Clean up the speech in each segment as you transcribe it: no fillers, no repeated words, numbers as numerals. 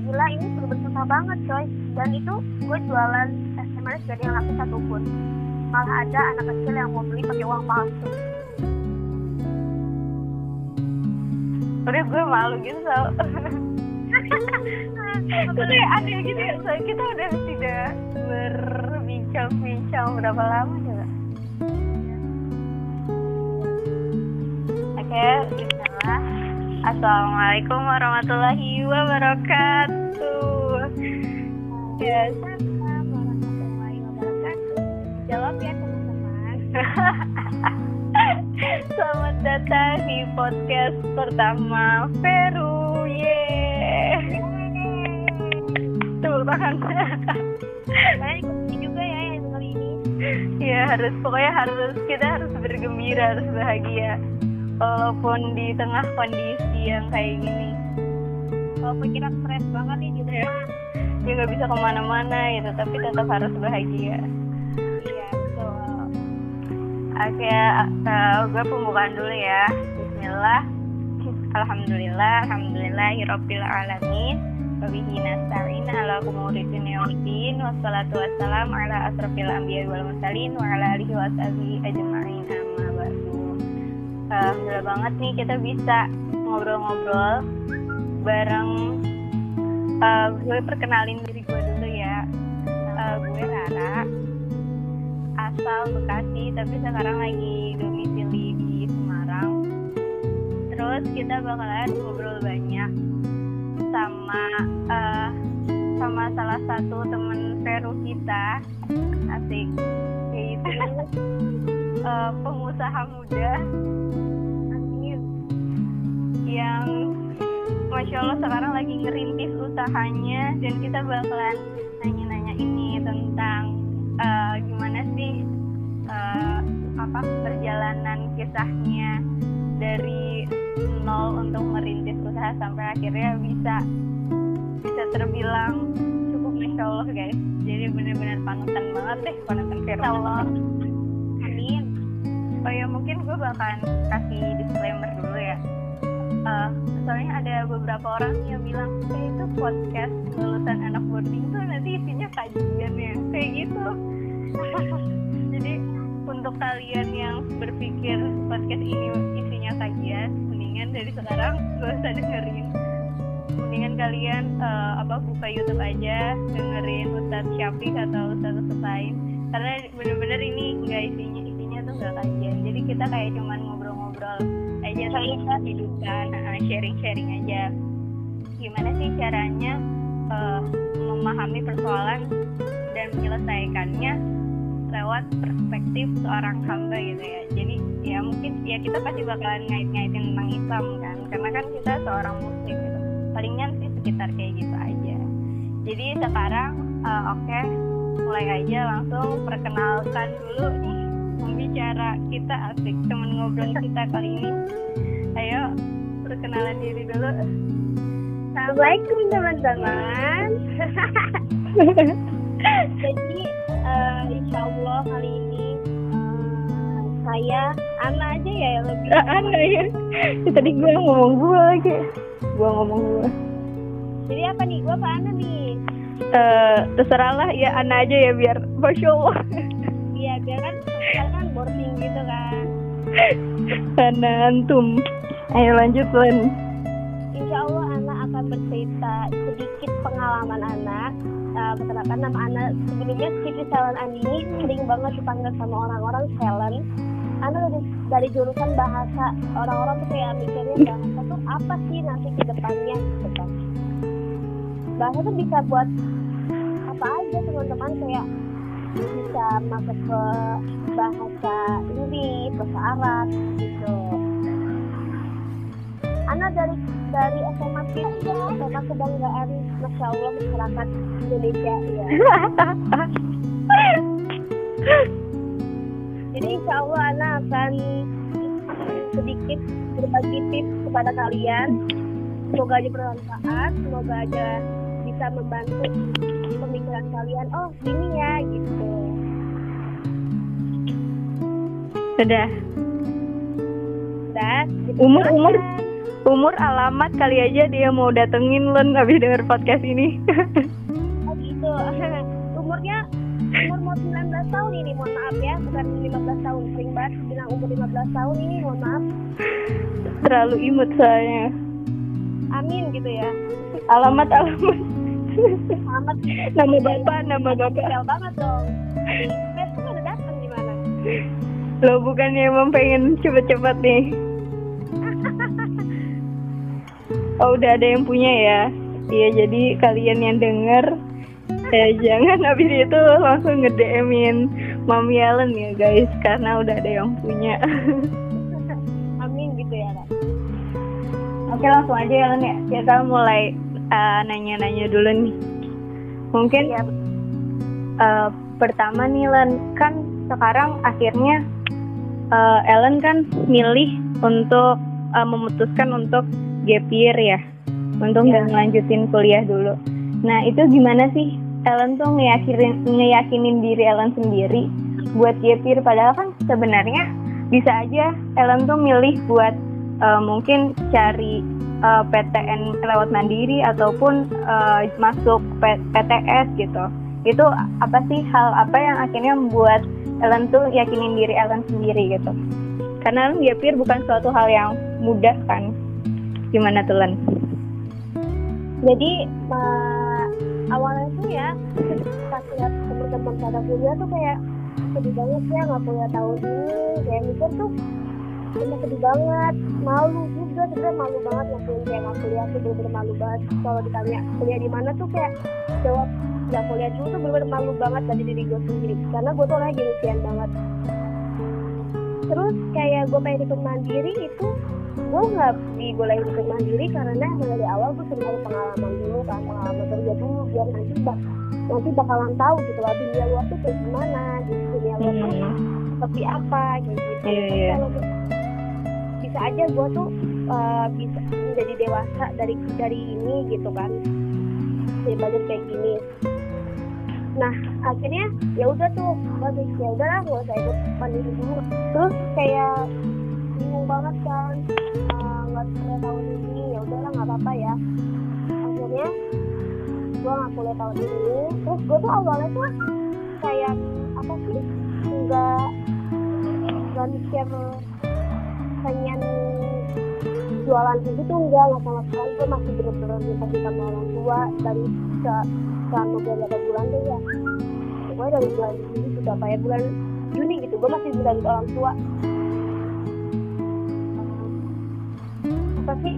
gila ini bener susah banget coy. Dan itu gue jualan SMS gak ada yang laku satupun. Malah ada anak kecil yang mau beli pakai uang palsu. Udah gue malu gitu so. Kayak aneh gitu ya. So, kita udah tidak berbincang-bincang berapa lama juga. Oke, bismillah. Assalamualaikum warahmatullahi wabarakatuh. Ya, Assalamualaikum warahmatullahi wabarakatuh. Jawab ya teman-teman. Selamat datang di podcast pertama Peru. Yeay. Tepuk tangan. Saya ikutin juga ya yang kali ini. Ya kita harus bergembira, harus bahagia. Walaupun di tengah kondisi yang kayak gini. Walaupun kita stres banget nih gitu ya. Ya nggak bisa kemana-mana gitu, tapi tetap harus bahagia. Iya betul. Oke, gue pembukaan dulu ya. Bismillah. Alhamdulillahirabbil alamin. Wabihi nasta'in ala umuri dunya waddin. Wassalatu wassalamu ala asrofil anbiya'i wal mursalin wa ala alihi washabihi ajma'in. Amma ba'du. Alhamdulillah banget nih kita bisa ngobrol-ngobrol bareng. Gue perkenalin diri gue dulu ya. Gue Rara, asal Bekasi tapi sekarang lagi domisili di Semarang. Terus kita bakalan ngobrol banyak sama salah satu temen Peru kita, asik, yaitu pengusaha muda yang Masya Allah sekarang lagi ngerintis usahanya, dan kita bakalan nanya-nanya ini tentang gimana sih perjalanan kisahnya dari nol untuk merintis usaha sampai akhirnya bisa terbilang cukup Masya Allah guys. Jadi benar-benar panutan banget deh, panutan Vero. Amin. Oh ya, mungkin gue bakalan kasih disclaimer dulu ya. Soalnya ada beberapa orang yang bilang itu podcast lulusan anak boarding tuh nanti isinya kajian ya, kayak gitu. Jadi untuk kalian yang berpikir podcast ini isinya kajian, mendingan dari sekarang gak usah dengerin. Mendingan kalian buka YouTube aja, dengerin Ustadz Syafiq atau Ustadz lain, karena bener-bener ini nggak isinya tuh nggak kajian. Jadi kita kayak cuman ngobrol-ngobrol aja tentang kehidupan, sharing aja. Gimana sih caranya memahami persoalan dan menyelesaikannya lewat perspektif seorang hamba gitu ya. Jadi ya mungkin ya kita pasti bakalan ngait-ngaitin tentang Islam kan, karena kan kita seorang muslim gitu. Palingan sih sekitar kayak gitu aja. Jadi sekarang oke, mulai aja, langsung perkenalkan dulu nih pembicara kita, asik temen ngobrol kita kali ini. Ayo perkenalan diri dulu. Assalamualaikum teman-teman. Jadi insya Allah kali ini saya Ana aja ya yang lebih. Ana ya. Tadi gue ngomong gue lagi. Jadi apa nih? Gue apa Ana nih? Terserah lah ya, Ana aja ya biar Masya Allah. Iya biar kan sekarang boarding gitu kan. Ana antum. Ayo lanjut Len. Insya Allah Ana akan bercerita sedikit pengalaman Ana. Perkenalkan nama Ana sebelumnya Siti Selen Andini, sering banget dipanggil sama orang-orang Selen. Ana dari jurusan bahasa, orang-orang tuh kayak mikirnya bahasa tuh apa sih nanti ke depannya gitu kan. Bahasa tuh bisa buat apa aja teman-teman, kayak bisa masuk ke bahasa Inggris, bahasa Arab gitu. Ana dari SMA kita, SMA kebanggaan Masya Allah masyarakat Indonesia ya. Jadi insya Allah Ana akan sedikit berbagi tips kepada kalian. Semoga aja bermanfaat, semoga aja bisa membantu pemikiran kalian. Oh gini ya gitu. Sudah. Gitu. Umur Umur, alamat kali aja dia mau datengin Len habis denger podcast ini. Oh gitu. Umurnya umur mau 19 tahun ini, mohon maaf ya, bukan 15 tahun. Sering banget bilang umur 15 tahun ini, mohon maaf. Terlalu imut soalnya. Amin gitu ya. Alamat. Alamat. Nama bapak. Spesial banget dong. Besok udah datang gimana? Lo bukannya emang pengen cepet-cepet nih? Oh, udah ada yang punya ya? Iya, jadi kalian yang denger jangan habis itu langsung nge-DM-in Mami Ellen ya guys, karena udah ada yang punya. Amin gitu ya Kak. Oke, langsung aja Ellen ya. Kita mulai nanya-nanya dulu nih. Mungkin Ya, pertama nih Ellen, kan sekarang akhirnya Ellen kan milih untuk memutuskan untuk gap year ya, untuk nggak ngelanjutin kuliah dulu. Nah itu gimana sih Ellen tuh ngeyakinin diri Ellen sendiri buat gap year, padahal kan sebenarnya bisa aja Ellen tuh milih buat mungkin cari PTN lewat mandiri ataupun masuk PTS gitu. Itu apa sih hal apa yang akhirnya membuat Ellen tuh yakinin diri Ellen sendiri gitu? Karena gap year bukan suatu hal yang mudah kan. Gimana tuh Len? jadi awalnya tuh ya pas lihat teman-teman pada kuliah tuh kayak sedih banget ya nggak kuliah tahun ini, kayak mikir tuh cuma sedih banget, malu juga sebenarnya, malu banget ngakuin kayak nggak kuliah tuh, bener-bener malu banget. Kalau ditanya kuliah di mana tuh kayak jawab nggak kuliah dulu tuh bener-bener malu banget dari diri gue sendiri, karena gue tuh orangnya gengsian banget. Terus kayak gue pengen ikut mandiri itu, gue nggak dibolehin ikut mandiri karena dari awal gue sudah ada pengalaman dulu kan, pengalaman kerja dulu, biar nanti bakalan tahu gitu lah dunia luar tuh kayak gimana, gitu, dunia luar tuh seperti apa kayak gitu. Kalau bisa aja gue tuh bisa menjadi dewasa dari ini gitu kan, dari budget kayak gini. Nah akhirnya ya udah tuh bagus, ya udahlah gue usah ikut mandiri dulu. Terus kayak bingung banget kan, nggak kuliah tahun ini, ya udahlah nggak apa-apa ya. Akhirnya gue nggak kuliah tahun ini. Terus gue tuh awalnya tuh kayak apa sih, nggak mikir pengen jualan gitu, enggak sama sekali. Gue masih bener-bener minta sama orang tua dari selama beberapa bulan tuh ya. Gue dari bulan Juni juga kayak bulan Juni gitu, gue masih bilang ke orang tua apa sih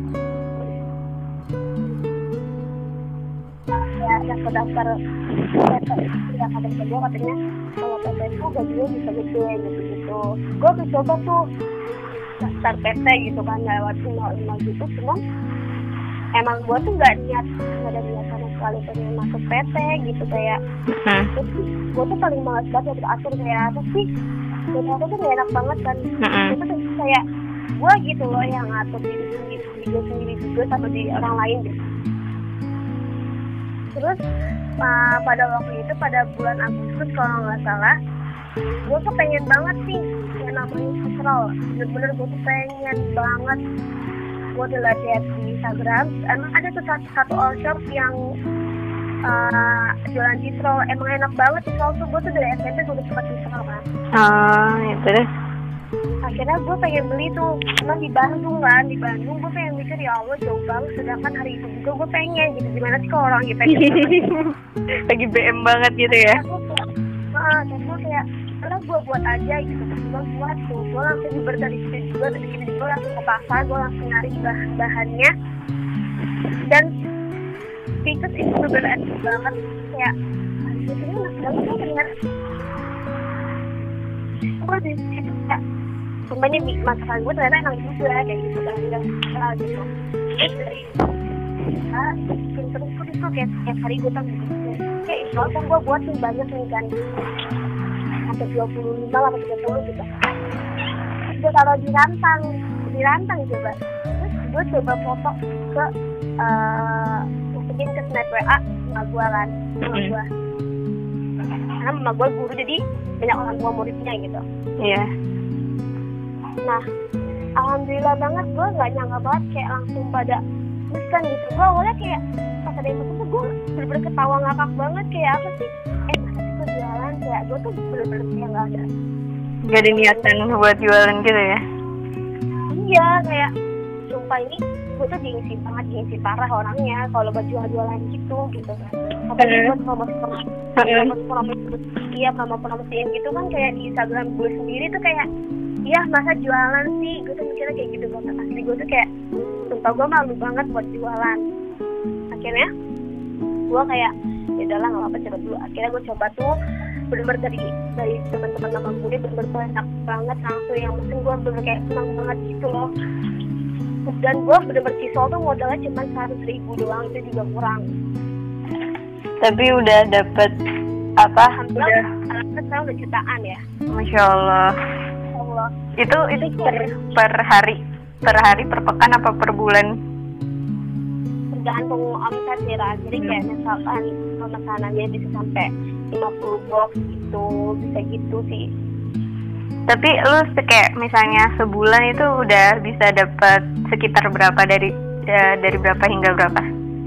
ya daftar yang ada kerja, katanya kalau PT itu gajinya bisa gede gitu. Gue coba tuh daftar PT gitu kan lewat email gitu, cuman emang gue tuh nggak ada niat sama sekali pengen masuk PT gitu, kayak terus gue tuh paling malas banget atur kayak apa sih, PT tuh gak enak banget kan. Itu tuh kayak gue gitu loh yang ngatur diri sendiri juga sama di orang lain gitu. Terus pada waktu itu pada bulan Agustus kalau nggak salah, gue tuh pengen banget sih yang namanya Sisrol, bener-bener gue tuh pengen banget. Gue udah lihat di Instagram, emang ada tuh satu all shop yang jualan Sisrol, emang enak banget Sisrol tuh. Gue tuh dari SMP gue udah suka Sisrol kan. Ya terus? Akhirnya gue pengen beli tuh, cuma di Bandung gue pengen mikir ya Allah jauh banget, sedangkan hari itu juga gue pengen gitu, gimana sih kalau orang gitu lagi BM banget gitu ya. Terus gue kayak karena gue buat aja gitu, gue buat tuh, gue langsung dari situ juga, dari sini gue langsung ke pasar, gue langsung nyari bahannya, dan tikus itu bener-bener enak banget, kayak ini enak banget tuh ternyata. Gue di situ kayak semuanya masakan gue ternyata enak juga kayak gitu kan, enggak gitu. Terus dari terus tuh kayak setiap hari gue tuh kayak istilahnya gue buat tuh banyak nih kan, sampai 25 atau 30 gitu. Terus gue taruh di rantang coba. Terus gue coba foto ke masukin ke snap WA sama gue kan, sama gue. Karena mama gue guru, jadi banyak orang tua muridnya gitu. Iya. Nah alhamdulillah banget, gue nggak nyangka banget kayak langsung pada pesan gitu. Gue awalnya kayak pas ada yang pesan tuh gue bener-bener ketawa ngakak banget kayak apa sih, masa sih gue jualan, kayak gue tuh bener-bener kayak nggak ada niatan buat jualan gitu ya? Iya, kayak sumpah ini gue tuh gengsi banget, gengsi parah orangnya kalau buat jualan gitu kan. Apalagi buat promosiin gitu kan, kayak di Instagram gue sendiri tuh kayak, iya masa jualan sih, gue tuh mikirnya kayak gitu banget. Asli gue tuh kayak, sumpah gue malu banget buat jualan. Akhirnya gue kayak, ya udahlah nggak apa-apa, coba dulu. Akhirnya gue coba tuh, bener-bener dari teman-teman nama gue bener-bener banyak banget langsung yang mungkin gue bener-bener kayak senang banget gitu loh. Dan gue bener-bener sisol tuh modalnya cuma 100.000 doang, itu juga kurang. Tapi udah dapet apa? Alhamdulillah sekarang udah jutaan ya. Masya Allah. Itu per hari per pekan apa per bulan? Tergantung omset sih, jadi kayak misalkan pemesanannya bisa sampai 50 box gitu, bisa gitu sih. Tapi lu kayak misalnya sebulan itu udah bisa dapat sekitar berapa dari berapa hingga berapa?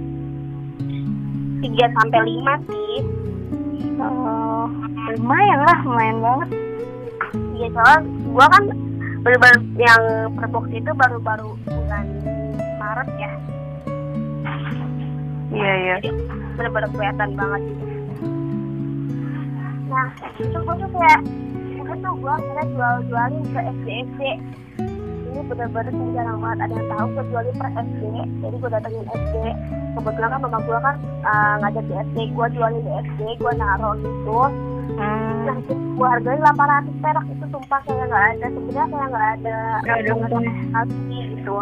3 sampai 5 sih. Oh, lumayan banget. Iya, soalnya gua kan bener-bener yang per box itu baru-baru bulan Maret ya. Iya. Jadi bener-bener kelihatan banget gitu. Nah, itu gua tuh kayak itu gue akhirnya jualin ke SD. Ini bener-bener jarang banget ada yang tahu gue jualin per SD. Jadi gue datengin SD, kebetulan kan mama gue kan ngajar di SD, gue jualin di SD, gue naruh gitu. Nah itu gue hargain 800 perak, itu sumpah kayak nggak ada, sebenarnya kayak nggak ada lagi gitu.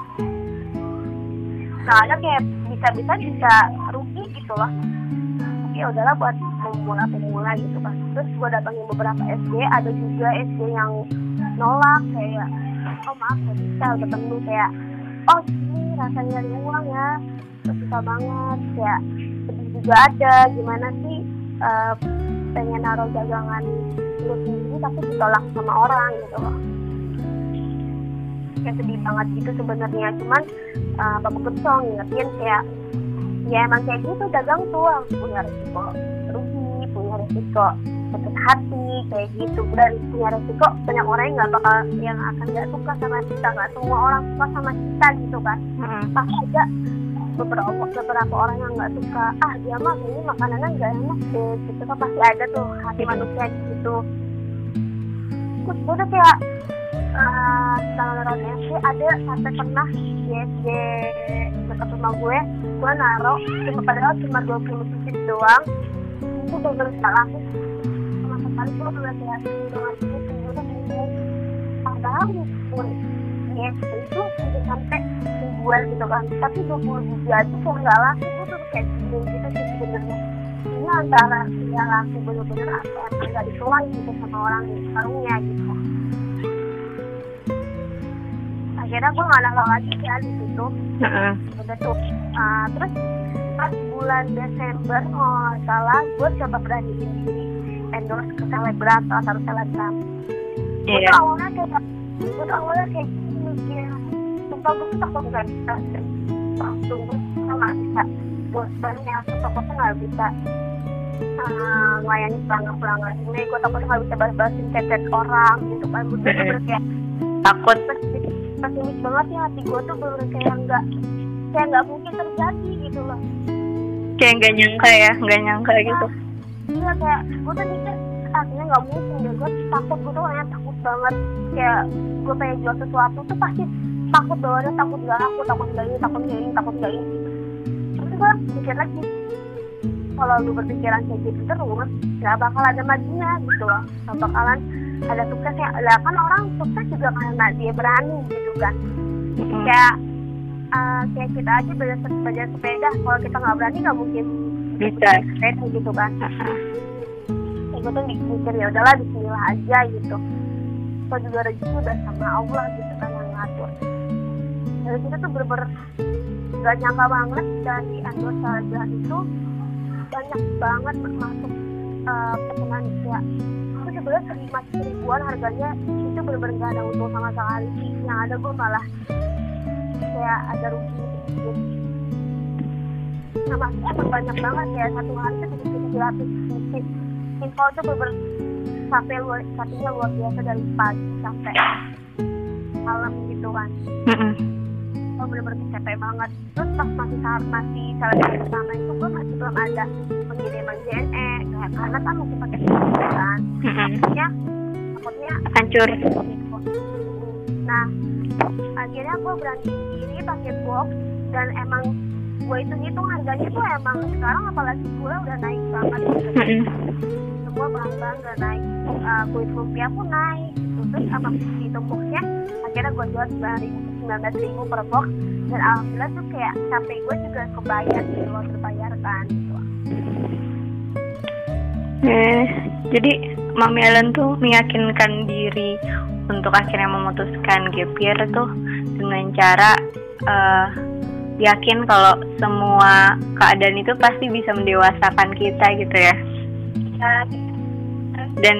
Soalnya kayak bisa rugi gitu loh. Ya udahlah buat pemula gitu kan. Terus gue datangin beberapa SD, ada juga SD yang nolak kayak, oh maaf gak bisa, udah penuh, kayak oh ini rasanya nyari uang ya, susah banget, kayak sedih juga ada, gimana sih pengen naruh dagangan lu sendiri tapi ditolak sama orang gitu loh. Kayak sedih banget gitu sebenarnya, cuman bapak Gecong ngingetin kayak, ya emang kayak gitu, dagang tuh harus punya resiko rugi, punya resiko sakit hati kayak gitu, dan punya resiko banyak orang yang akan nggak suka sama kita, nggak semua orang suka sama kita gitu kan. Pasti ada beberapa orang yang nggak suka, dia mah ini makanannya nggak enak deh gitu kan, pasti ada tuh hati manusia gitu. Terus gue udah kayak saluran SD ada sampai pernah di SD dekat rumah gue naruh padahal cuma 20 pieces doang, itu bener-bener gak laku sama sekali. Gue udah kayak dengan itu padahal di SD itu udah sampai ribuan gitu kan, tapi 20 biji aja kok gak laku. Gue tuh kayak bingung gitu sih sebenarnya, ini antara yang laku bener-bener apa yang gak dituai gitu sama orang di warungnya gitu. Akhirnya gue nggak nalar lagi ya di situ. Udah tuh. Terus pas bulan Desember salah, gue coba beraniin diri endorse ke selebgram, salah satu selebgram. Gue tuh awalnya kayak mikir, sumpah gue tuh takut nggak bisa, nggak bisa. Baru yang takut tuh nggak bisa ngelayanin pelanggan ini. Gue takut nggak bisa balas-balasin chat orang gitu kan. Gue tuh kayak takut, pesimis banget ya, hati gue tuh bener kayak nggak mungkin terjadi gitu loh, kayak nggak nyangka gitu. Iya, kayak gue tuh mikir akhirnya nggak mungkin deh, gue takut, gue tuh orangnya takut banget, kayak gue pengen jual sesuatu tuh pasti takut banget, takut nggak ini. Terus gue mikir lagi, kalau lu berpikiran kayak gitu terus nggak bakal ada majunya gitu loh, nggak bakalan ada suksesnya. Lah kan orang sukses juga karena dia berani gitu kan. Kayak kita aja belajar sepeda, kalau kita nggak berani nggak mungkin bisa sepeda gitu kan. Gue tuh mikir ya udahlah bismillah aja gitu. Gue juga rezeki udah sama Allah gitu kan yang ngatur. Dari situ tuh bener-bener gak nyangka banget, dari endorse selebgram itu banyak banget masuk pesanan kayak tuh sebenarnya masih seribuan harganya, itu bener-bener gak ada untung sama sekali sih. Yang ada gue malah kayak ada rugi sedikit. Nah maksudnya emang banyak banget ya, satu hari tuh bisa 300 pieces. Info tuh bener-bener satunya luar biasa dari pagi sampai malam gitu kan. Oh bener-bener capek banget. Terus pas masih salah pertama itu gue masih belum ada pengiriman JNE karena kan masih pakai kan. Takutnya hancur. Nah akhirnya gue berani sendiri pakai box, dan emang gue hitung harganya tuh emang sekarang apalagi gula udah naik banget gitu. Semua bahan-bahan udah naik, kulit rupiah pun naik gitu. Terus apa hitung boxnya akhirnya gue jual 19.000 per box, dan alhamdulillah tuh kayak capek gue juga kebayar gitu loh, terbayarkan gitu. Jadi Mami Ellen tuh meyakinkan diri untuk akhirnya memutuskan gap year tuh dengan cara yakin kalau semua keadaan itu pasti bisa mendewasakan kita gitu ya. Dan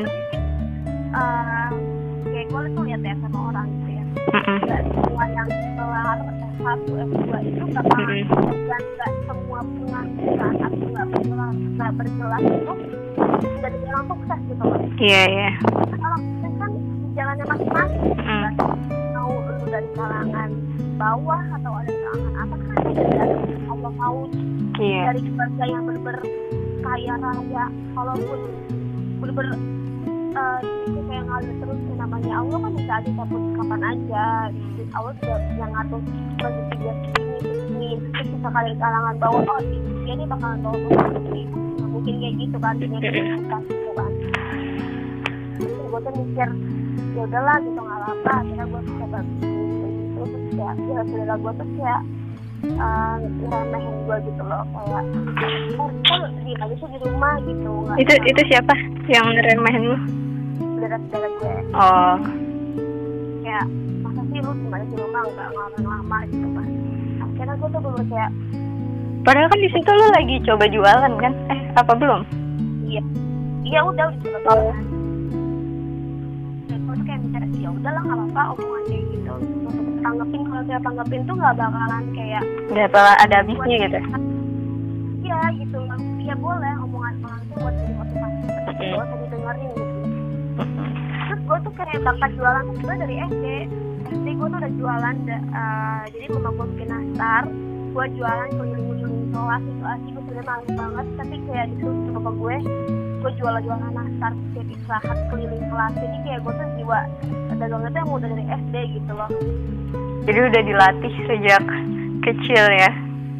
kayak gue tuh lihat ya sama orang gitu ya, gak semua yang kelar S1, S2 itu bakalan, dan gak semua pengangguran atau gak bergelas itu dari orang sukses gitu loh. Iya. Kalau sukses kan jalannya masing-masing kan. Mau lu dari kalangan bawah atau ada kalangan apa kan, Allah mau dari keluarga yang bener-bener kaya raya, walaupun bener-bener itu kayak ngalir terus, namanya Allah kan bisa aja cabut kapan aja gitu. Allah juga yang ngatur rezeki dia segini, terus bisa kali kalangan bawah, oh dia nih bakalan bawa begini, mungkin kayak gitu kan, dunia kehidupan gitu kan. Terus gue tuh mikir ya udahlah gitu, nggak apa-apa. Akhirnya gue bisa bantu gitu, terus kayak alhamdulillah gue tuh kayak ngeremehin gue gitu loh, kayak kok di aja sih di rumah gitu. Itu siapa yang ngeremehin lu? Saudara gue. Oh. Kayak masa sih lu cuma di rumah nggak ngalamin lama gitu kan. Akhirnya gue tuh bener kayak, padahal kan di situ lu lagi coba jualan kan? Apa belum? Iya udah coba jualan. Dan gue tuh kayak mikir ya udahlah nggak apa-apa omongan kayak gitu. Tanggepin, kalau saya tanggepin tuh nggak bakalan kayak nggak bakal ada habisnya gitu. Iya gitu, ya boleh omongan orang tuh buat jadi motivasi, tapi gue usah didengerin gitu. Terus gue tuh kayak bakat jualan tuh sebenarnya dari SD gue tuh udah jualan, jadi mama gue bikin nastar, gue jualan keliling-keliling kelas itu asli gue sebenarnya malu banget, tapi kayak disuruh sama gue jualan nastar kayak istirahat keliling kelas, jadi kayak gue tuh jiwa dagangnya tuh yang udah dari SD gitu loh. Jadi udah dilatih sejak kecil ya?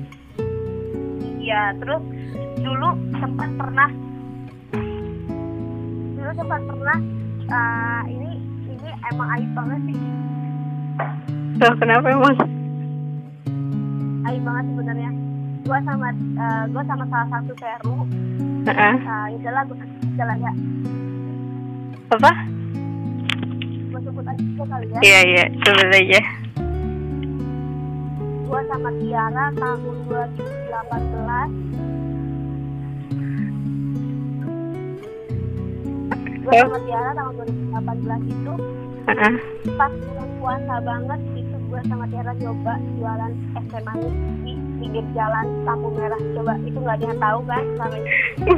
Iya, terus dulu sempat pernah ini emang aib banget sih. Loh, kenapa emang? Aib banget sebenarnya. Gue sama salah satu PRU. Itulah gue jalan ya. Apa? Gue sebut aja kali ya. Iya, sebut aja. Gue sama Tiara tahun 2018. Gue sama Tiara tahun 2018 itu pas bulan puasa banget itu, gue sama Tiara coba jualan es teh manis di pinggir jalan lampu merah. Coba itu nggak ada yang tahu kan selama ini.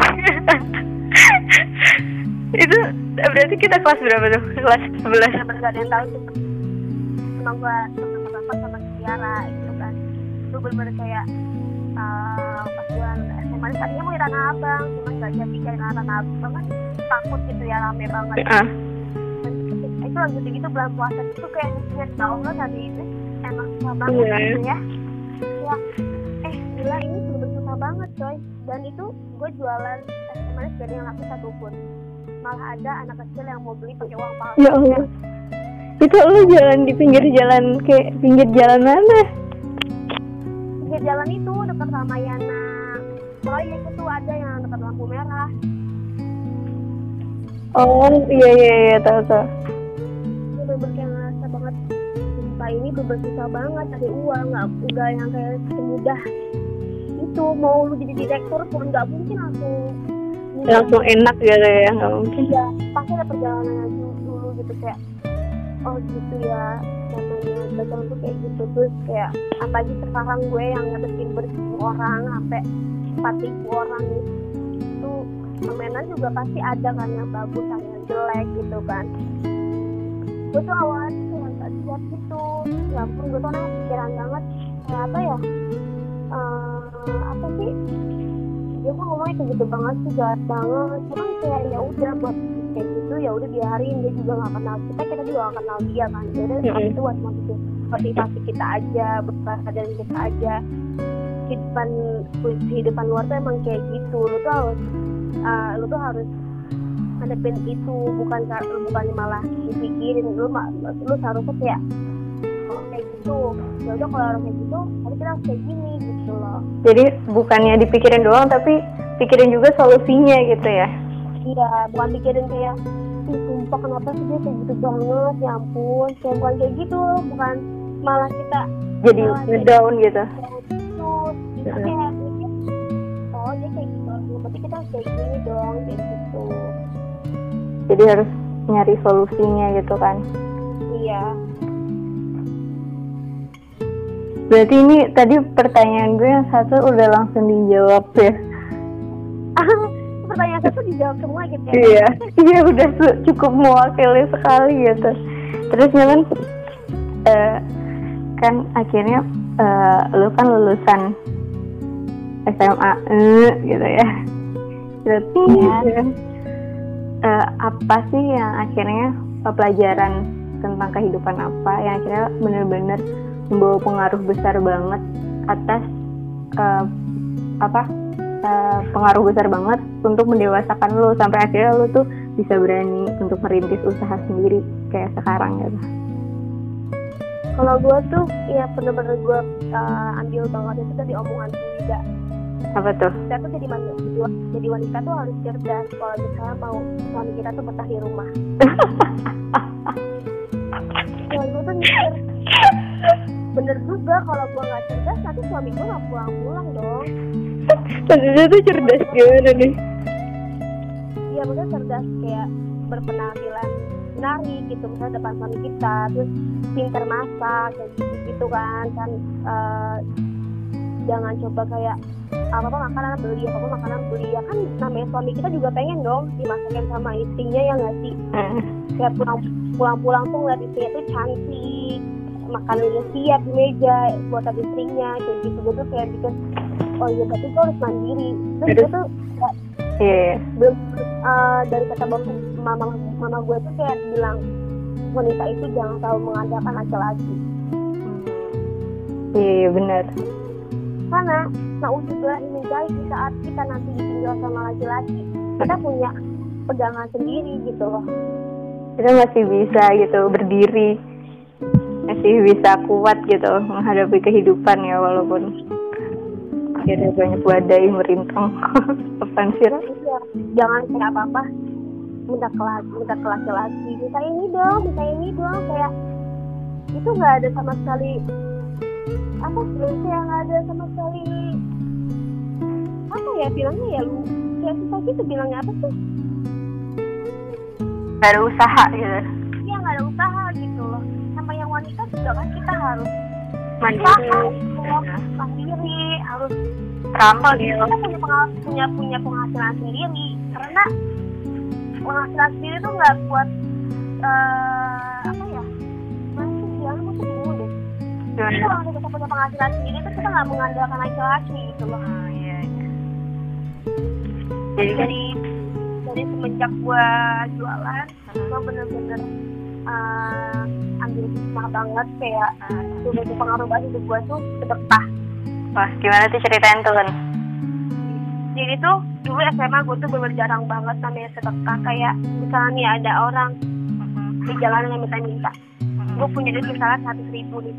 Itu berarti kita kelas berapa tuh? Kelas 11. Nggak ada yang tahu sih. Emang gue sama Tiara gitu kan. Itu bener-bener kayak pas jualan es teh manis tadinya mau di Tanah Abang, cuman nggak jadi cari Tanah Abang kan takut gitu ya, rame banget. Itu lagi gitu bulan puasa itu kayak nyet tau nggak tadi itu emang susah banget gitu ya. Gila ini bener susah banget coy. Dan itu gue jualan es teh manis gak ada yang laku satupun. Malah ada anak kecil yang mau beli pakai uang palsu. Ya Allah. Itu lu jalan di pinggir jalan, kayak pinggir jalan mana? Pinggir jalan itu dekat Ramayana. Proyek itu ada yang dekat lampu merah. Oh iya tahu. Itu bener-bener kayak ngerasa banget. Sumpah ini bener susah banget cari uang, nggak yang kayak semudah itu. Mau lu jadi direktur pun nggak mungkin langsung langsung enak gitu ya, nggak mungkin. Iya, pasti ada perjalanan dulu gitu kayak oh gitu ya namanya belajar tuh kayak gitu. Terus kayak apalagi sekarang gue yang ngedekin beribu orang sampai 4.000 orang itu permainan juga pasti ada kan yang bagus kan yang jelek gitu kan. Gue tuh awalnya tuh yang gak siap gitu, ya ampun gue tuh orangnya pikiran banget kayak apa ya, apa sih dia kok ngomongnya kayak gitu banget sih, jahat banget. Cuman kayak ya udah buat kayak gitu ya udah biarin, dia juga nggak kenal kita juga nggak kenal dia kan. Jadi itu buat motivasi kita aja, buat kesadaran kita aja. Kehidupan luar tuh emang kayak gitu. Lu tuh harus hadapin itu, bukan malah dipikirin. Lu seharusnya kayak kayak gitu. Ya udah kalau orang kayak gitu, tapi kita harus kayak gini gitu loh. Jadi bukannya dipikirin doang, tapi pikirin juga solusinya gitu ya. Iya, bukan pikirin kayak sumpah kenapa sih dia kayak gitu banget, ya ampun. Kayak bukan kayak gitu, bukan malah kita jadi ngedown gitu. Kita kayak mikir, oh dia kayak gitu, berarti kita harus kayak gini dong, kayak gitu. Jadi harus nyari solusinya gitu kan. Iya. Berarti ini tadi pertanyaan gue yang satu udah langsung dijawab ya. Pertanyaan satu dijawab semua gitu ya. Iya udah cukup mewakili sekali gitu. Terus kan kan akhirnya lu kan lulusan SMA gitu ya. Berarti apa sih yang akhirnya pelajaran tentang kehidupan apa yang akhirnya benar-benar membawa pengaruh besar banget atas pengaruh besar banget untuk mendewasakan lo sampai akhirnya lo tuh bisa berani untuk merintis usaha sendiri kayak sekarang gitu. Kalau gue tuh ya bener-bener gue ambil banget itu dari omongan Bunda. Apa tuh? Kita tuh jadi wanita tuh harus cerdas kalau misalnya mau suami kita tuh betah di rumah. Ya gue tuh mikir bener juga kalau gue nggak cerdas nanti suami gue nggak pulang-pulang dong. Maksudnya tuh cerdas gimana nih? Iya maksudnya cerdas kayak berpenampilan menarik gitu misalnya depan suami kita, terus pintar masak kayak gitu kan jangan coba kayak apa makanan beli ya kan namanya suami kita juga pengen dong dimasakin sama istrinya ya nggak sih. Kayak pulang-pulang tuh ngeliat istrinya tuh cantik, makanannya siap di meja buat istrinya kayak gitu. Gue tuh kayak gitu, oh iya berarti gue harus mandiri. Terus gue tuh belum dari kata mama gue tuh kayak bilang wanita itu jangan selalu mengandalkan laki-laki. Iya benar. Karena naudzubillah min dzalik di saat kita nanti ditinggal sama laki-laki, kita punya pegangan sendiri gitu loh. Kita masih bisa gitu berdiri, masih bisa kuat gitu menghadapi kehidupan ya walaupun ada banyak badai merintang. Apaan sih? Iya, jangan kayak apa-apa minta ke laki-laki, minta ini dong kayak itu nggak ada sama sekali apa sih yang ada sama sekali apa ya bilangnya ya lu kayak susah gitu bilangnya apa sih? Gak ada usaha gitu. Iya nggak ada usaha gitu loh. Sama yang wanita juga kan kita harus mandiri, harus rampal gitu. Kita punya penghasilan sendiri karena penghasilan sendiri tuh nggak buat apa ya? Masih ya lu tuh bingung deh. Jadi kalau kita punya penghasilan sendiri tuh kita nggak mengandalkan laki-laki gitu loh. Iya. Jadi semenjak gua jualan, gua bener-bener ambil hikmah banget kayak sebagai pengaruh banget hidup gua tuh sedekah. Wah, gimana tuh ceritain tuh kan? Jadi tuh dulu SMA gua tuh bener jarang banget namanya sedekah. Kayak misalnya nih ada orang di jalanan yang minta-minta, gua punya duit misalnya 100.000 nih,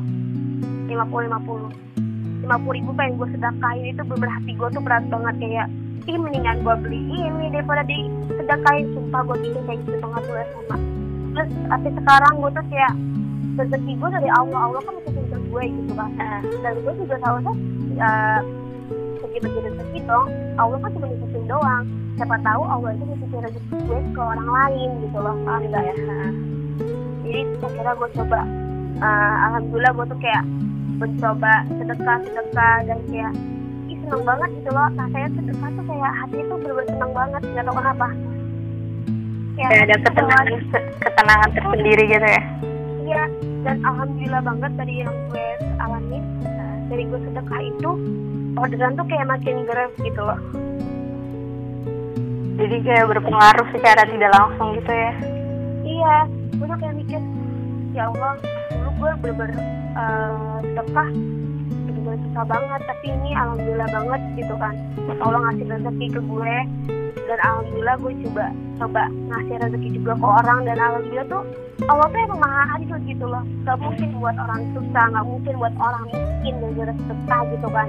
50.000 pengen gue sedekahin. Itu bener hati gue tuh berat banget kayak mendingan gue beli ini daripada disedekahin. Sumpah gue bikin kayak gitu banget dulu SMA. Terus tapi sekarang gue tuh kayak rezeki gue dari Allah kan itu pintar gue gitu kan. Dan gue juga seharusnya bagi-bagi rezeki dong. Allah kan cuma nitipin doang. Siapa tahu Allah itu nitipin rezeki gue ke orang lain gitu loh, paham nggak ya? Jadi akhirnya gue coba, alhamdulillah gue tuh kayak mencoba sedekah dan kayak seneng banget gitu loh. Rasanya sedekah tuh kayak hati itu bener-bener seneng banget, nggak tahu kenapa. Kayak ada ketenangan tersendiri gitu ya. Iya, dan alhamdulillah banget dari yang gue alami, dari gue sedekah itu orderan tuh kayak makin gerak gitu loh. Jadi kayak berpengaruh secara tidak langsung gitu ya. Iya, gue tuh kayak mikir, ya Allah, dulu gue bener-bener sedekah bener-bener susah banget, tapi ini alhamdulillah banget gitu kan. Allah ngasih rezeki ke gue, dan alhamdulillah gue coba ngasih rezeki juga ke orang, dan alhamdulillah tuh Allah tuh emang maha adil gitu loh. Gak mungkin buat orang susah, gak mungkin buat orang miskin gara-gara sedekah gitu kan.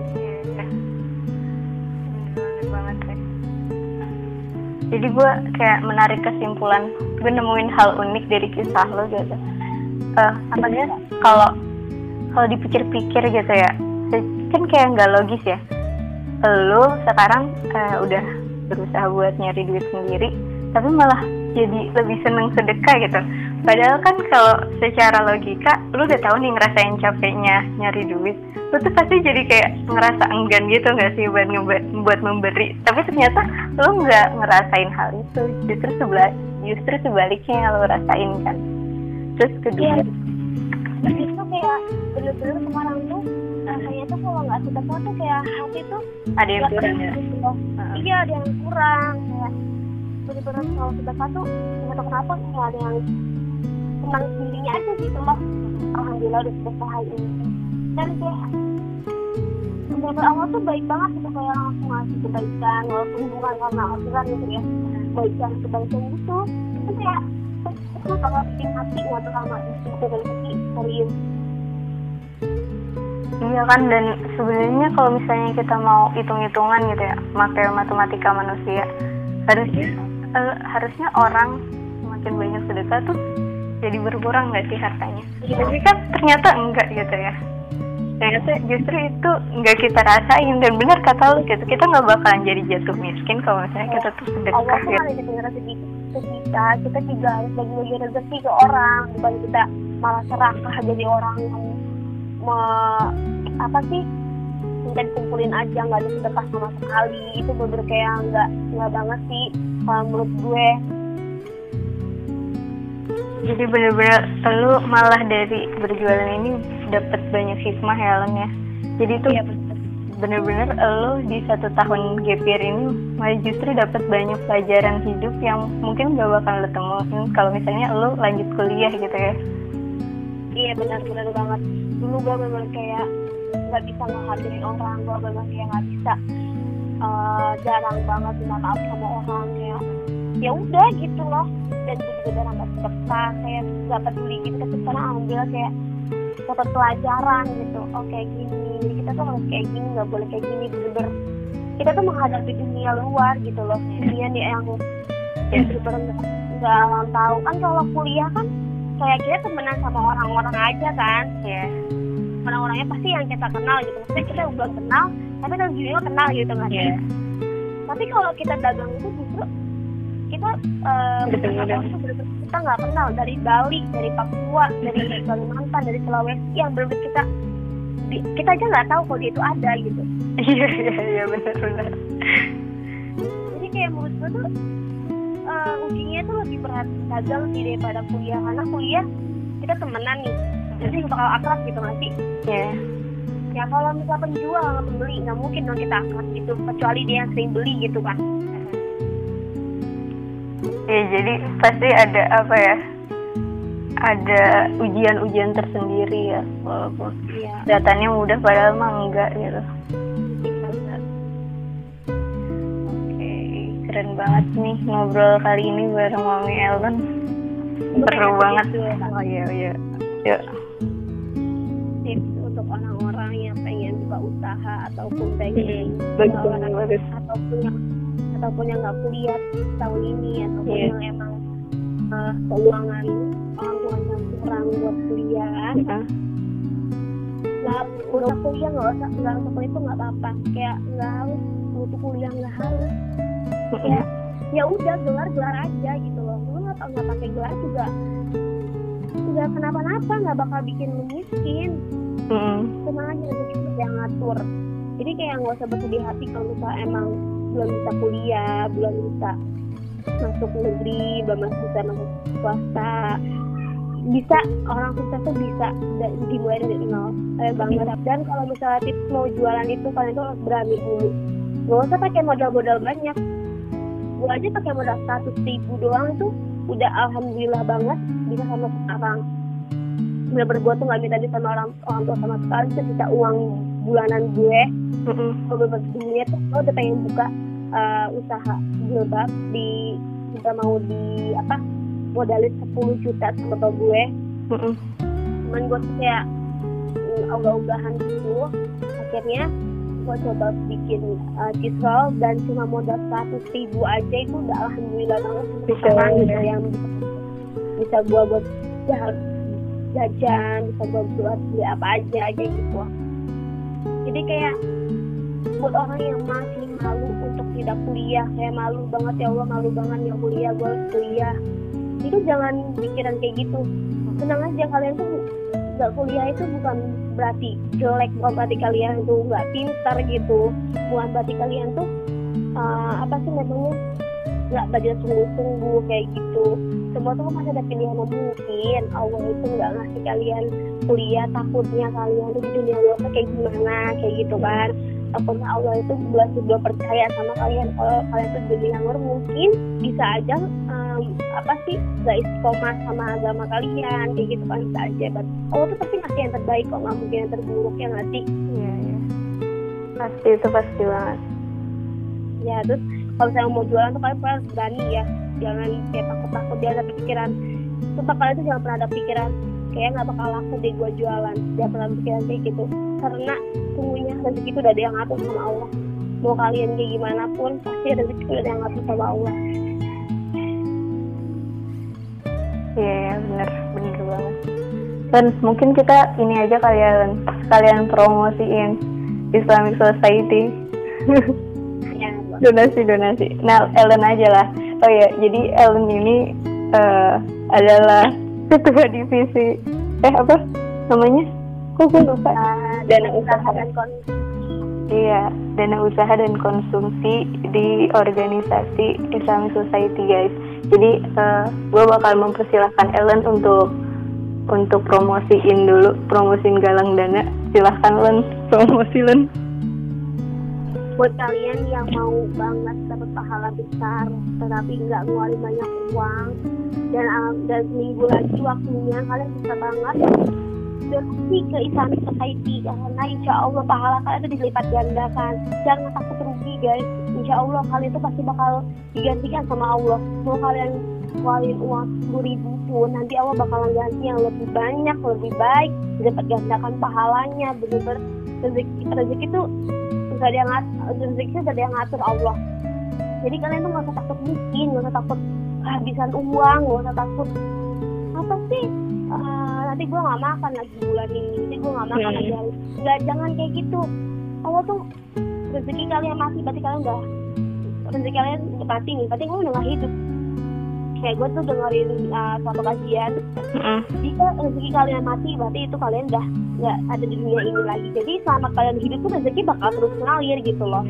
Bener banget sih. Jadi gue kayak menarik kesimpulan, gue nemuin hal unik dari kisah lo gitu. Apanya kalau dipikir-pikir gitu ya, kan kayak nggak logis ya. Lo sekarang udah berusaha buat nyari duit sendiri, tapi malah jadi lebih seneng sedekah gitu. Padahal kan kalau secara logika, lo udah tahu nih ngerasain capeknya nyari duit, lo tuh pasti jadi kayak ngerasa enggan gitu nggak sih buat memberi. Tapi ternyata lo nggak ngerasain hal itu, justru sebaliknya yang lo rasain kan. Terus kedua, itu kayak bener-bener kemarin tuh rasanya tuh kalau nggak sedekah tuh kayak hati tuh ada yang kurang ya. Gitu. Iya, ada yang kurang, kayak bener-bener kalau sedekah tuh nggak tahu kenapa kayak ada yang senang sendirinya aja gitu loh. Alhamdulillah udah sedekah hari ini, dan kayak bener-bener Allah tuh baik banget gitu, kayak langsung ngasih kebaikan walaupun bukan karena aturan gitu ya, kebaikan gitu. Itu kayak kalau bikin hati waktu lama itu rezeki serius. Iya kan, dan sebenarnya kalau misalnya kita mau hitung-hitungan gitu ya, pakai matematika manusia, harusnya orang semakin banyak sedekah tuh jadi berkurang nggak sih hartanya? Tapi kan ternyata enggak gitu ya. Ternyata justru itu nggak kita rasain, dan benar kata lo gitu, kita nggak bakalan jadi jatuh miskin kalau misalnya kita tuh sedekah. Allah tuh gitu. kan ada rezeki ke kita juga harus bagi-bagi rezeki ke orang, bukan kita malah serakah jadi orang yang minta dikumpulin aja, nggak ada sedekah sama sekali. Itu bener kayak nggak banget sih kalau menurut gue. Jadi bener-bener lu malah dari berjualan ini dapat banyak hikmah ya Len ya. Jadi tuh bener-bener lu di 1 tahun gap year ini malah justru dapat banyak pelajaran hidup yang mungkin gak bakal lu temuin kalau misalnya lu lanjut kuliah gitu ya. Iya, benar-benar banget. Dulu gue bener kayak nggak bisa ngehargain orang, gue bener kayak nggak bisa, jarang banget minta maaf sama orang, kayak ya udah gitu loh. Dan gue juga jarang nggak sedekah, kayak nggak peduli gitu. Tapi sekarang alhamdulillah kayak dapat pelajaran gitu. Oh kayak gini, jadi kita tuh harus kayak gini, nggak boleh kayak gini. Bener-bener kita tuh menghadapi dunia luar gitu loh, dunia nih yang bener-bener nggak tahu kan. Kalau kuliah kan kayak kita temenan sama orang-orang aja kan, ya orang-orangnya pasti yang kita kenal gitu. Maksudnya kita belum kenal, tapi kan juga kenal gitu kan. Yeah. Tapi kalau kita dagang itu justru kita kita nggak kenal, dari Bali, dari Papua, dari Kalimantan, dari Sulawesi, yang belum kita aja nggak tahu kalau dia itu ada gitu. Iya benar. Jadi kayak menurut gue tuh ujinya tuh lebih berat dagang sih daripada kuliah, karena kuliah kita temenan nih, jadi bakal akrab gitu nanti. Ya kalau misal penjual sama pembeli nggak mungkin dong kita akrab gitu, kecuali dia yang sering beli gitu kan. Ya jadi pasti ada ada ujian-ujian tersendiri ya, walaupun datanya mudah padahal mah enggak gitu. Keren banget nih ngobrol kali ini bareng Mami Ellen. Seru banget. Oh iya. Yuk. Tips untuk orang-orang yang pengen buka usaha ataupun pengen ataupun yang nggak kuliah tahun ini, ataupun yang emang keuangan orang tuanya kurang buat kuliah. nggak usah kuliah, nggak usah kuliah itu nggak apa-apa, kayak nggak harus butuh kuliah, nggak harus, kayak ya udah gelar aja gitu loh. Lu nggak pakai gelar juga nggak kenapa-napa, nggak bakal bikin lu miskin. Tenang aja, rezeki yang ngatur. Jadi kayak nggak usah bersedih hati kalau misalnya emang belum bisa kuliah, belum bisa masuk negeri, belum bisa masuk swasta. Bisa, orang sukses tuh bisa dimulai dari nol, banget. Dan kalau misalnya tips mau jualan itu, kalian tuh harus berani dulu, nggak usah pakai modal banyak. Gue aja pakai modal 100.000 doang itu udah alhamdulillah banget bisa sama sekarang. Bener-bener gue tuh nggak minta duit sama orang tua sama sekali, itu bisa uang bulanan gue. Kalau bener-bener dunia tuh gue udah pengen buka usaha jilbab di, kita mau di apa, modalin 10 juta sama bapak gue. Cuman gue tuh kayak ogah-ogahan gitu. Akhirnya gue coba bikin cheese roll dan cuma modal 100.000 aja itu udah alhamdulillah banget. Bisa gitu, yang bisa gue buat jajan, bisa gue buat beli apa aja gitu. Jadi kayak buat orang yang masih malu untuk tidak kuliah, kayak malu banget, ya Allah malu banget ya kuliah, gue harus kuliah, itu jangan pikiran kayak gitu. Tenang aja, kalian tuh gak kuliah itu bukan berarti jelek, bukan berarti kalian tuh gak pintar gitu, bukan berarti kalian tuh apa sih namanya, gak belajar sungguh-sungguh kayak gitu. Semua tuh masih ada pilihan yang mungkin. Allah itu gak ngasih kalian kuliah takutnya kalian tuh di dunia luar kayak gimana, kayak gitu kan. Takutnya Allah itu belum percaya sama kalian. Kalau kalian tuh di dunia luar mungkin bisa aja apa sih, gak istiqomah sama agama kalian kayak gitu kan, bisa aja. Allah tuh pasti ngasih yang terbaik kok, gak mungkin yang terburuk, ya nggak sih? Iya. Pasti, itu pasti banget. Ya, terus kalau saya mau jualan tuh kalian harus berani ya, jangan kayak takut dia ada pikiran. Sumpah kalian tuh jangan pernah ada pikiran kayak nggak bakal laku deh gue jualan, jangan pernah pikiran kayak gitu, karena sungguhnya rezeki itu udah ada yang ngatur sama Allah. Mau kalian kayak gimana pun pasti rezeki itu udah ada yang ngatur sama Allah. Iya, bener banget. Dan mungkin kita ini aja kalian promosiin Islamic Society. Ya, donasi. Nah, Ellen aja lah. Oh ya, jadi Ellen ini adalah ketua divisi apa namanya? Kok gue lupa? Dana usaha dan konsumsi. Iya, dana usaha dan konsumsi di organisasi Islamic Society, guys. Jadi gue bakal mempersilahkan Ellen untuk promosiin galang dana. Silahkan Len, promosi Len. Buat kalian yang mau banget dapat pahala besar tetapi nggak ngeluarin banyak uang dan seminggu lagi waktunya, kalian bisa banget donasi ke Islamic Society, karena insya Allah pahala kalian itu dilipat gandakan. Jangan takut rugi guys, insya Allah kalian itu pasti bakal digantikan sama Allah. Mau kalian keluarin uang 10.000 pun nanti Allah bakalan ganti yang lebih banyak, lebih baik, dilipat gandakan pahalanya. Bener-bener rezeki itu gak ada yang ngatur Allah. Jadi kalian tuh gak usah takut miskin, gak usah takut kehabisan uang, gak usah takut apa sih nanti gue gak makan lagi bulan ini, nanti gue gak makan lagi hari. Jangan kayak gitu. Allah tuh rezeki kalian mati, berarti kalian udah rezeki kalian udah mati nih, berarti gue udah gak hidup. Kayak gue tuh dengerin suatu kajian, jika rezeki kalian mati berarti itu kalian udah nggak ada di dunia ini lagi. Jadi selama kalian hidup tuh rezeki bakal terus mengalir gitu loh.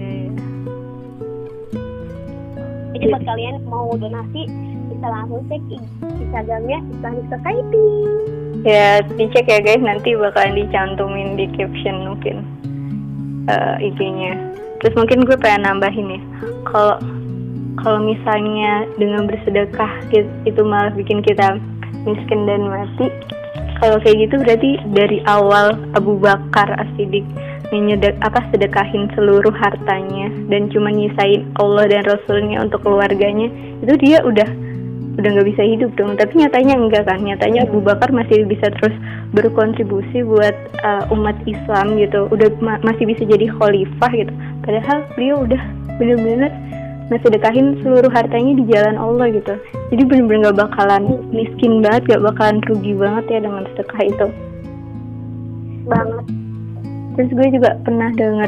Jadi buat kalian mau donasi bisa langsung cek Instagramnya Islamic Society. Ya, dicek ya guys, nanti bakalan dicantumin di caption mungkin IG-nya. Terus mungkin gue pengen nambahin ya, kalau misalnya dengan bersedekah itu malah bikin kita miskin dan mati, kalau kayak gitu berarti dari awal Abu Bakar As-Siddiq sedekahin seluruh hartanya dan cuma nyisain Allah dan Rasulnya untuk keluarganya, itu dia udah nggak bisa hidup dong. Tapi nyatanya enggak kan, nyatanya Abu Bakar masih bisa terus berkontribusi buat umat Islam gitu, udah masih bisa jadi khalifah gitu, padahal beliau udah bener-bener sedekahin seluruh hartanya di jalan Allah gitu. Jadi bener-bener gak bakalan miskin banget, gak bakalan rugi banget ya dengan sedekah itu. Banget. Terus gue juga pernah denger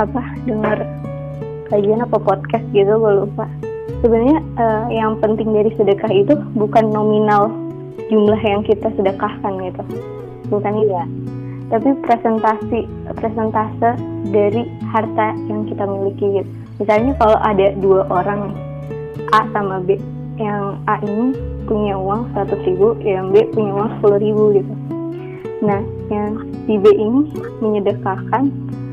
kajian apa podcast gitu, gue lupa. Sebenarnya yang penting dari sedekah itu bukan nominal jumlah yang kita sedekahkan gitu, bukan iya, tapi presentase dari harta yang kita miliki gitu. Misalnya kalau ada 2 orang nih, A sama B, yang A ini punya uang 100.000, yang B punya uang 10.000 gitu. Nah, yang si B ini menyedekahkan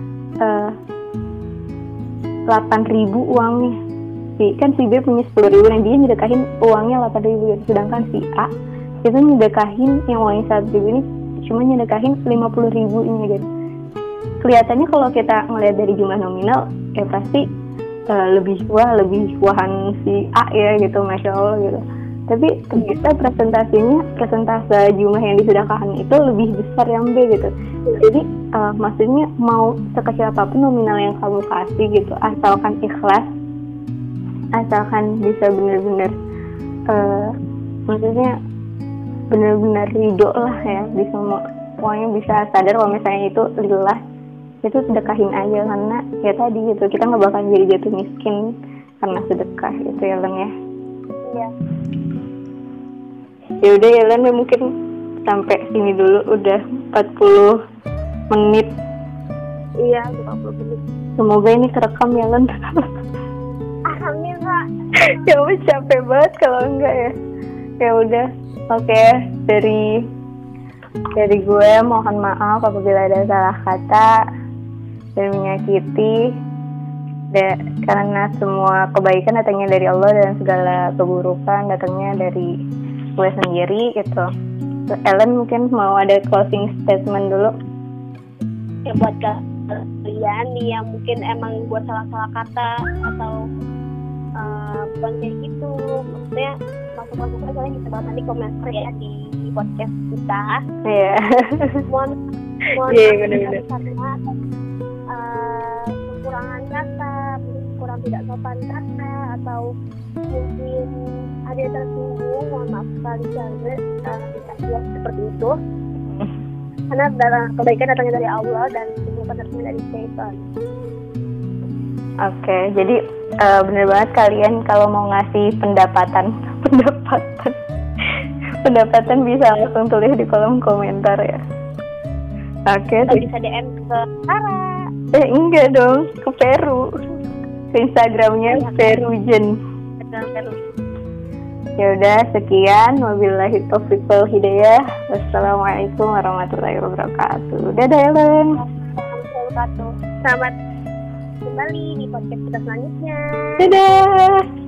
8.000 uangnya. Kan si B punya 10.000 dan dia nyedekahin uangnya 8.000 gitu. Sedangkan si A itu nyedekahin yang uangnya 100.000 ini cuma nyedekahin 50.000 ini gitu. Kelihatannya kalau kita ngelihat dari jumlah nominal ya pasti lebih wahan si A ya gitu, Masya Allah gitu. Tapi ternyata presentase jumlah yang disedekahkan itu lebih besar yang B gitu. Jadi maksudnya mau sekecil apapun nominal yang kamu kasih gitu, asalkan ikhlas, asalkan bisa benar-benar maksudnya benar-benar ridho lah ya, bisa pokoknya bisa sadar kalau misalnya itu lillah, itu sedekahin aja, karena ya tadi gitu kita nggak bakal jadi jatuh miskin karena sedekah gitu ya Len ya. Iya. Ya udah ya Len, mungkin sampai sini dulu, udah 40 menit. Iya, 20 menit. Semoga ini kerekam ya Len. Amin Kak. Ya udah, capek banget kalau enggak ya. Ya udah, oke. Dari gue mohon maaf apabila ada salah kata dan menyakiti. Karena semua kebaikan datangnya dari Allah dan segala keburukan datangnya dari gue sendiri gitu. Ellen mungkin mau ada closing statement dulu. Ya buat kalian nih yang mungkin emang buat salah-salah kata atau bukan kayak gitu, maksudnya masuk-masuknya kalian bisa banget nanti komentar ya di podcast kita. Iya. Mohon benar-benar. Karena kekurangan kata, kurang tidak sopan kata, atau mungkin ada yang tersinggung, mohon maaf sekali banget kita buat seperti itu. Karena kebaikan datangnya dari Allah dan keburukan datangnya dari syaitan. Oke, jadi bener banget kalian kalau mau ngasih pendapatan bisa langsung tulis di kolom komentar ya. Oke. Atau bisa DM ke Sarah. Enggak dong, ke Peru. Ke Instagramnya Perujen. Peru. Ya udah, sekian. Wabillahi taufiq wal hidayah. Wassalamualaikum warahmatullahi wabarakatuh. Dadah Ellen. Selamat kembali di podcast kita selanjutnya. Dadah.